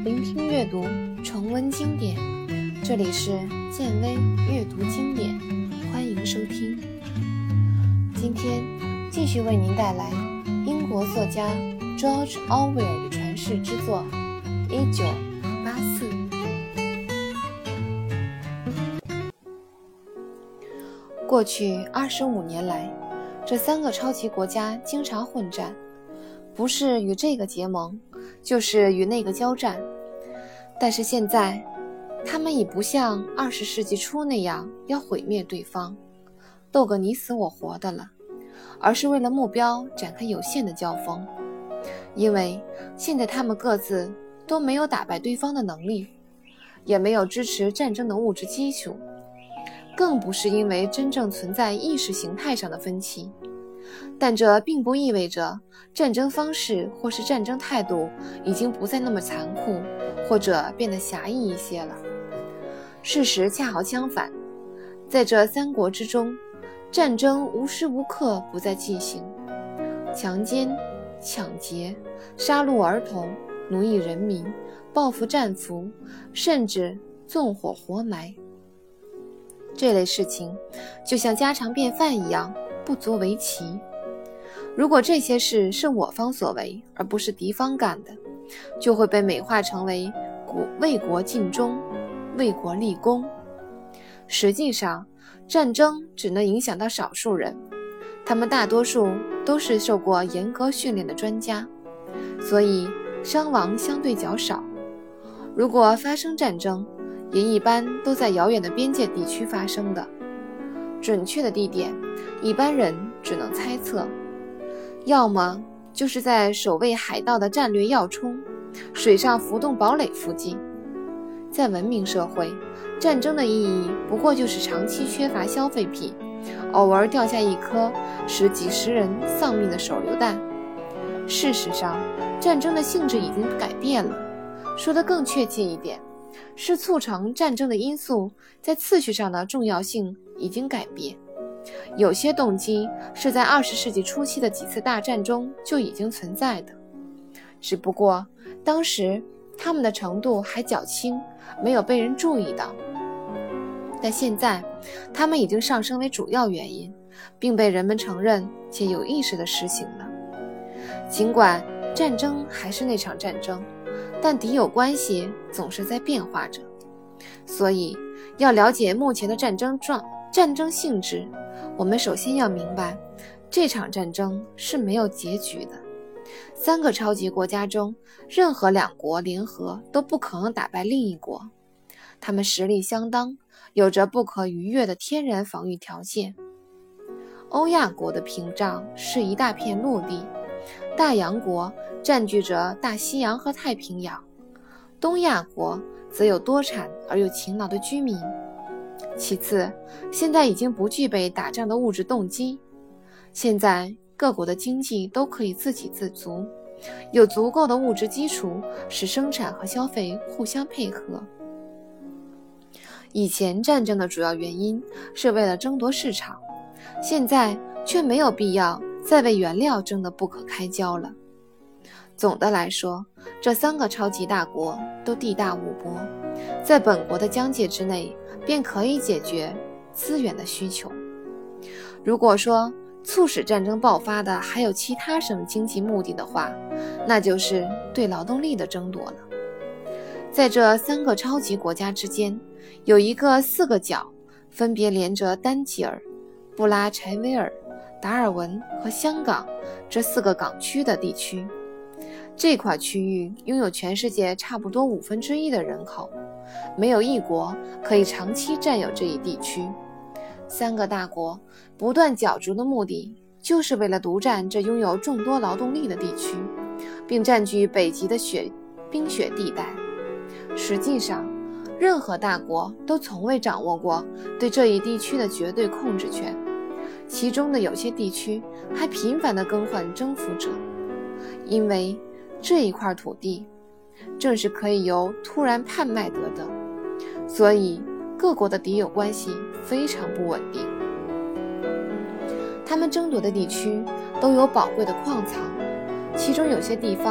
聆听阅读，重温经典。这里是建威阅读经典，欢迎收听。今天继续为您带来英国作家 George Orwell 的传世之作1984。过去25年来，这三个超级国家经常混战，不是与这个结盟，就是与那个交战。但是现在，他们已不像20世纪初那样要毁灭对方，斗个你死我活的了，而是为了目标展开有限的交锋。因为现在他们各自都没有打败对方的能力，也没有支持战争的物质基础，更不是因为真正存在意识形态上的分歧。但这并不意味着战争方式或是战争态度已经不再那么残酷，或者变得狭义一些了。事实恰好相反，在这三国之中，战争无时无刻不在进行，强奸、抢劫、杀戮儿童、奴役人民、报复战俘，甚至纵火活埋。这类事情就像家常便饭一样，不足为奇。如果这些事是我方所为，而不是敌方干的，就会被美化成为为国尽忠、为国立功。实际上，战争只能影响到少数人，他们大多数都是受过严格训练的专家，所以伤亡相对较少。如果发生战争，也一般都在遥远的边界地区发生的，准确的地点一般人只能猜测，要么就是在守卫海盗的战略要冲、水上浮动堡垒附近。在文明社会，战争的意义不过就是长期缺乏消费品，偶尔掉下一颗使几十人丧命的手榴弹。事实上，战争的性质已经改变了，说得更确切一点，是促成战争的因素在次序上的重要性已经改变。有些动机是在20世纪初期的几次大战中就已经存在的，只不过当时他们的程度还较轻，没有被人注意到。但现在他们已经上升为主要原因，并被人们承认且有意识地实行了。尽管战争还是那场战争，但敌友关系总是在变化着。所以要了解目前的战争性质，我们首先要明白，这场战争是没有结局的。三个超级国家中，任何两国联合都不可能打败另一国，他们实力相当，有着不可逾越的天然防御条件。欧亚国的屏障是一大片陆地，大洋国占据着大西洋和太平洋，东亚国则有多产而又勤劳的居民。其次，现在已经不具备打仗的物质动机，现在各国的经济都可以自给自足，有足够的物质基础使生产和消费互相配合。以前战争的主要原因是为了争夺市场，现在却没有必要再为原料争得不可开交了。总的来说，这三个超级大国都地大物博，在本国的疆界之内便可以解决资源的需求。如果说促使战争爆发的还有其他什么经济目的的话，那就是对劳动力的争夺了。在这三个超级国家之间，有一个4个角，分别连着丹吉尔、布拉柴维尔、达尔文和香港这4个港区的地区。这块区域拥有全世界差不多1/5的人口，没有一国可以长期占有这一地区。三个大国不断角逐的目的，就是为了独占这拥有众多劳动力的地区，并占据北极的冰雪地带。实际上，任何大国都从未掌握过对这一地区的绝对控制权，其中的有些地区还频繁地更换征服者，因为这一块土地正是可以由突然叛卖得的，所以各国的敌友关系非常不稳定。他们争夺的地区都有宝贵的矿藏，其中有些地方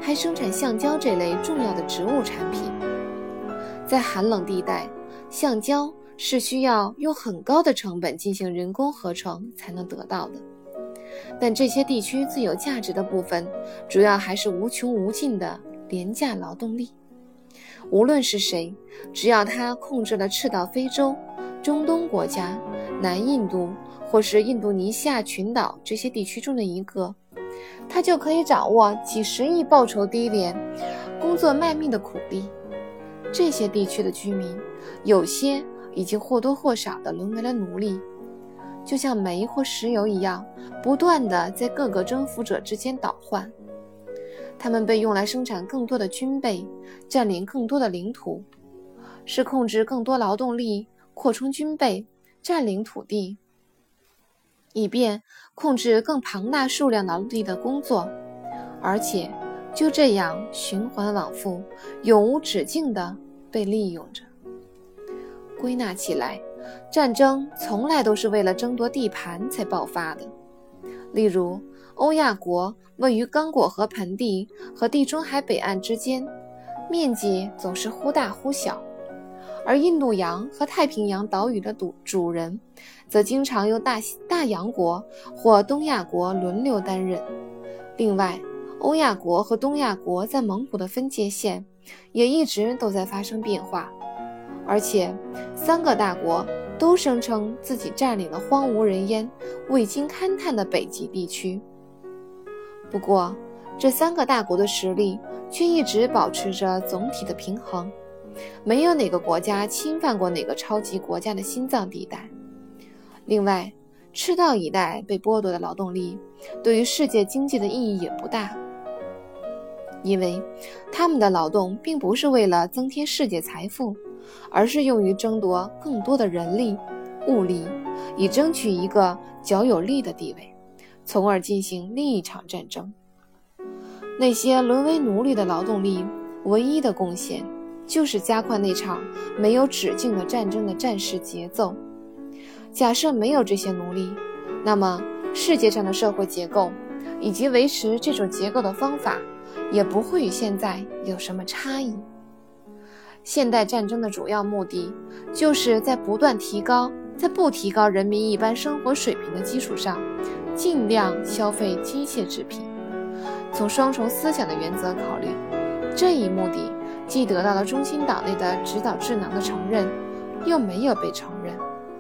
还生产橡胶这类重要的植物产品。在寒冷地带，橡胶是需要用很高的成本进行人工合成才能得到的。但这些地区最有价值的部分，主要还是无穷无尽的廉价劳动力。无论是谁，只要他控制了赤道非洲、中东国家、南印度或是印度尼西亚群岛这些地区中的一个，他就可以掌握几十亿报酬低廉、工作卖命的苦力。这些地区的居民，有些已经或多或少地沦为了奴隶，就像煤或石油一样，不断地在各个征服者之间倒换。他们被用来生产更多的军备，占领更多的领土，是控制更多劳动力，扩充军备，占领土地，以便控制更庞大数量劳动力的工作，而且就这样循环往复，永无止境地被利用着。归纳起来，战争从来都是为了争夺地盘才爆发的。例如，欧亚国位于刚果河盆地和地中海北岸之间，面积总是忽大忽小，而印度洋和太平洋岛屿的主人则经常由大洋国或东亚国轮流担任。另外，欧亚国和东亚国在蒙古的分界线也一直都在发生变化，而且三个大国都声称自己占领了荒无人烟、未经勘探的北极地区。不过，这三个大国的实力却一直保持着总体的平衡，没有哪个国家侵犯过哪个超级国家的心脏地带。另外，赤道一带被剥夺的劳动力对于世界经济的意义也不大，因为他们的劳动并不是为了增添世界财富，而是用于争夺更多的人力、物力，以争取一个较有利的地位，从而进行另一场战争。那些沦为奴隶的劳动力唯一的贡献，就是加快那场没有止境的战争的战事节奏。假设没有这些奴隶，那么世界上的社会结构以及维持这种结构的方法也不会与现在有什么差异。现代战争的主要目的，就是在不断提高，在不提高人民一般生活水平的基础上，尽量消费机械制品。从双重思想的原则考虑，这一目的既得到了中心党内的指导智囊的承认，又没有被承认。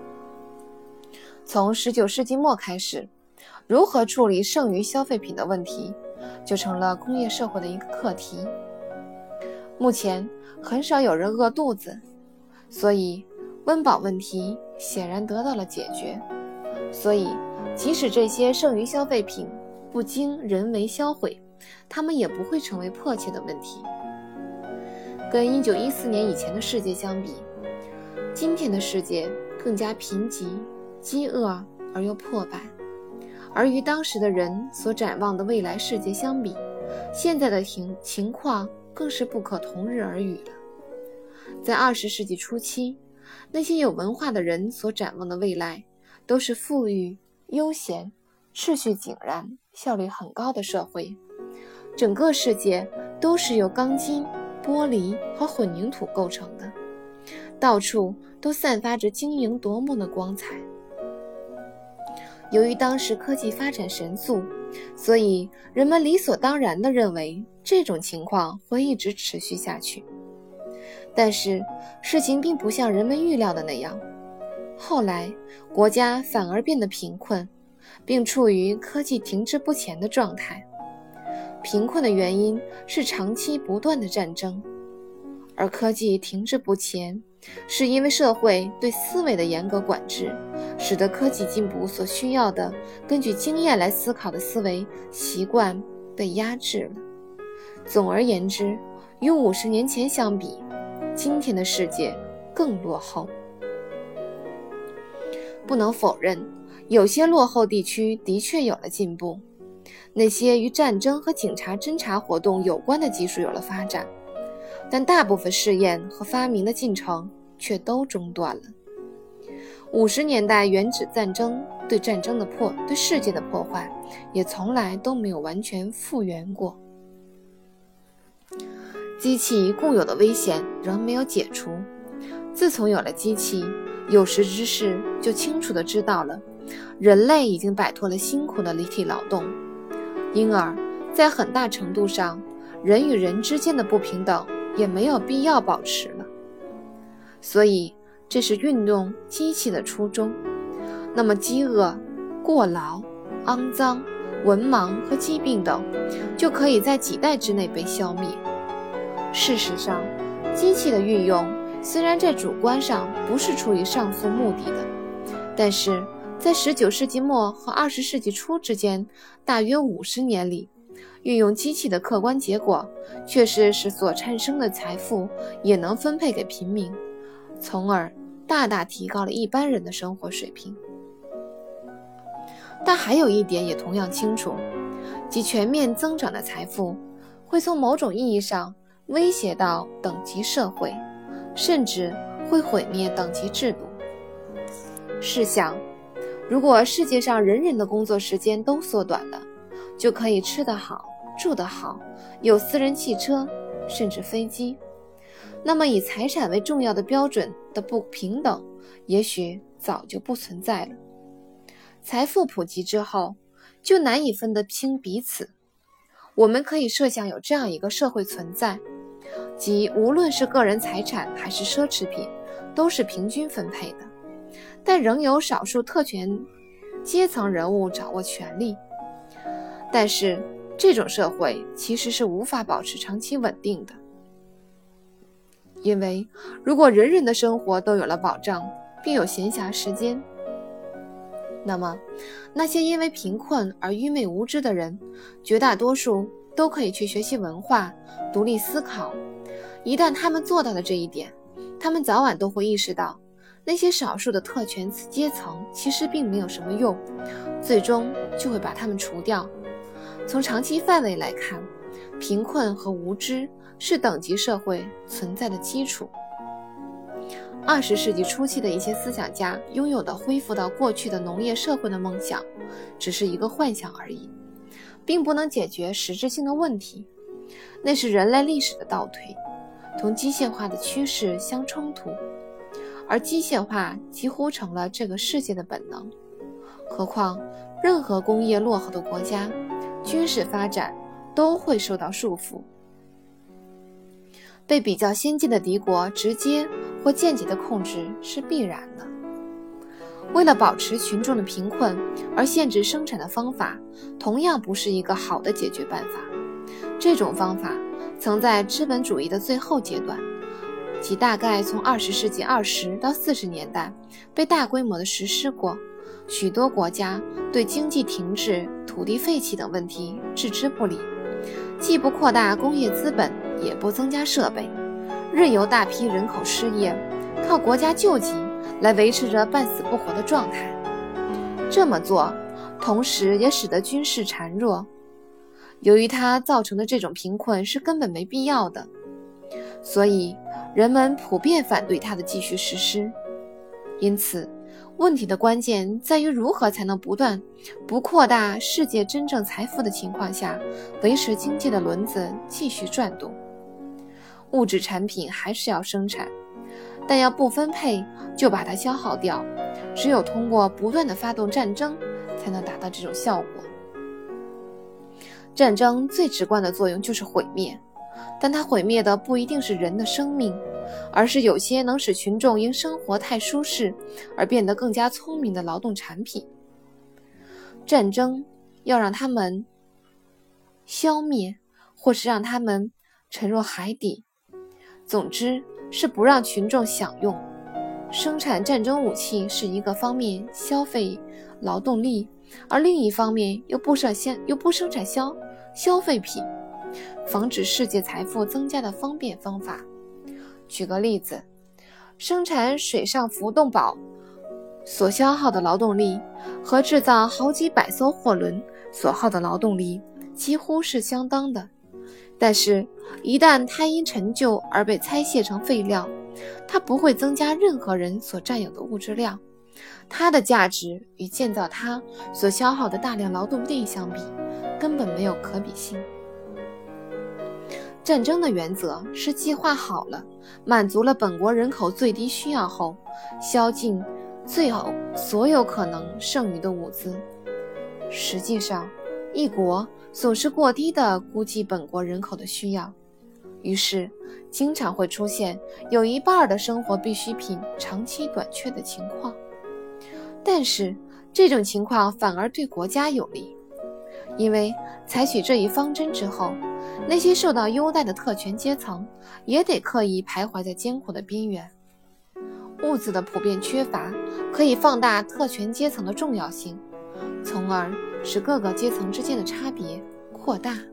从19世纪末开始，如何处理剩余消费品的问题，就成了工业社会的一个课题。目前很少有人饿肚子，所以温饱问题显然得到了解决。所以即使这些剩余消费品不经人为销毁，它们也不会成为迫切的问题。跟1914年以前的世界相比，今天的世界更加贫瘠、饥饿而又破败，而与当时的人所展望的未来世界相比，现在的情况更是不可同日而语了。在20世纪初期，那些有文化的人所展望的未来，都是富裕、悠闲、秩序井然、效率很高的社会。整个世界都是由钢筋、玻璃和混凝土构成的，到处都散发着晶莹夺目的光彩。由于当时科技发展神速，所以人们理所当然地认为这种情况会一直持续下去。但是事情并不像人们预料的那样，后来国家反而变得贫困，并处于科技停滞不前的状态。贫困的原因是长期不断的战争，而科技停滞不前是因为社会对思维的严格管制，使得科技进步所需要的根据经验来思考的思维习惯被压制了。总而言之，与50年前相比，今天的世界更落后。不能否认，有些落后地区的确有了进步，那些与战争和警察侦察活动有关的技术有了发展，但大部分试验和发明的进程却都中断了。50年代原子战争对世界的破坏，也从来都没有完全复原过。 机器固有的危险仍没有解除。自从有了机器，有识之士就清楚地知道了，人类已经摆脱了辛苦的离体劳动，因而在很大程度上，人与人之间的不平等也没有必要保持了。所以这是运用机器的初衷。那么饥饿、过劳、肮脏、文盲和疾病等就可以在几代之内被消灭。事实上，机器的运用虽然在主观上不是出于上述目的的，但是在19世纪末和20世纪初之间大约50年里，运用机器的客观结果却是使所产生的财富也能分配给平民，从而大大提高了一般人的生活水平。但还有一点也同样清楚，即全面增长的财富会从某种意义上威胁到等级社会，甚至会毁灭等级制度。试想，如果世界上人人的工作时间都缩短了，就可以吃得好、住得好，有私人汽车，甚至飞机，那么以财产为重要的标准的不平等也许早就不存在了。财富普及之后，就难以分得清彼此。我们可以设想有这样一个社会存在，即无论是个人财产还是奢侈品，都是平均分配的，但仍有少数特权阶层人物掌握权力。但是这种社会其实是无法保持长期稳定的，因为如果人人的生活都有了保障，并有闲暇时间，那么那些因为贫困而愚昧无知的人，绝大多数都可以去学习文化，独立思考。一旦他们做到了这一点，他们早晚都会意识到，那些少数的特权阶层其实并没有什么用，最终就会把他们除掉。从长期范围来看，贫困和无知是等级社会存在的基础。20世纪初期的一些思想家拥有的恢复到过去的农业社会的梦想，只是一个幻想而已，并不能解决实质性的问题。那是人类历史的倒退，同机械化的趋势相冲突，而机械化几乎成了这个世界的本能。何况任何工业落后的国家，军事发展都会受到束缚，被比较先进的敌国直接或间接的控制是必然的。为了保持群众的贫困而限制生产的方法，同样不是一个好的解决办法。这种方法曾在资本主义的最后阶段，即大概从20世纪20到40年代被大规模的实施过。许多国家对经济停滞、土地废弃等问题置之不理，既不扩大工业资本，也不增加设备，任由大批人口失业，靠国家救济来维持着半死不活的状态。这么做同时也使得军事孱弱，由于它造成的这种贫困是根本没必要的，所以人们普遍反对它的继续实施。因此问题的关键在于如何才能不扩大世界真正财富的情况下，维持经济的轮子继续转动。物质产品还是要生产，但要不分配就把它消耗掉，只有通过不断的发动战争才能达到这种效果。战争最直观的作用就是毁灭，但它毁灭的不一定是人的生命，而是有些能使群众因生活太舒适而变得更加聪明的劳动产品。战争要让他们消灭，或是让他们沉入海底，总之是不让群众享用。生产战争武器是一个方面消费劳动力，而另一方面又不生产消费品，防止世界财富增加的方便方法。举个例子，生产水上浮动堡所消耗的劳动力和制造好几百艘货轮所耗的劳动力几乎是相当的，但是一旦它因陈旧而被拆卸成废料，它不会增加任何人所占有的物质量，它的价值与建造它所消耗的大量劳动力相比根本没有可比性。 战争的原则是计划好了，满足了本国人口最低需要后，宵禁最后所有可能剩余的物资。实际上，一国总是过低地估计本国人口的需要，于是经常会出现有一半的生活必需品长期短缺的情况。但是这种情况反而对国家有利，因为采取这一方针之后，那些受到优待的特权阶层也得刻意徘徊在艰苦的边缘。物资的普遍缺乏可以放大特权阶层的重要性，从而使各个阶层之间的差别扩大。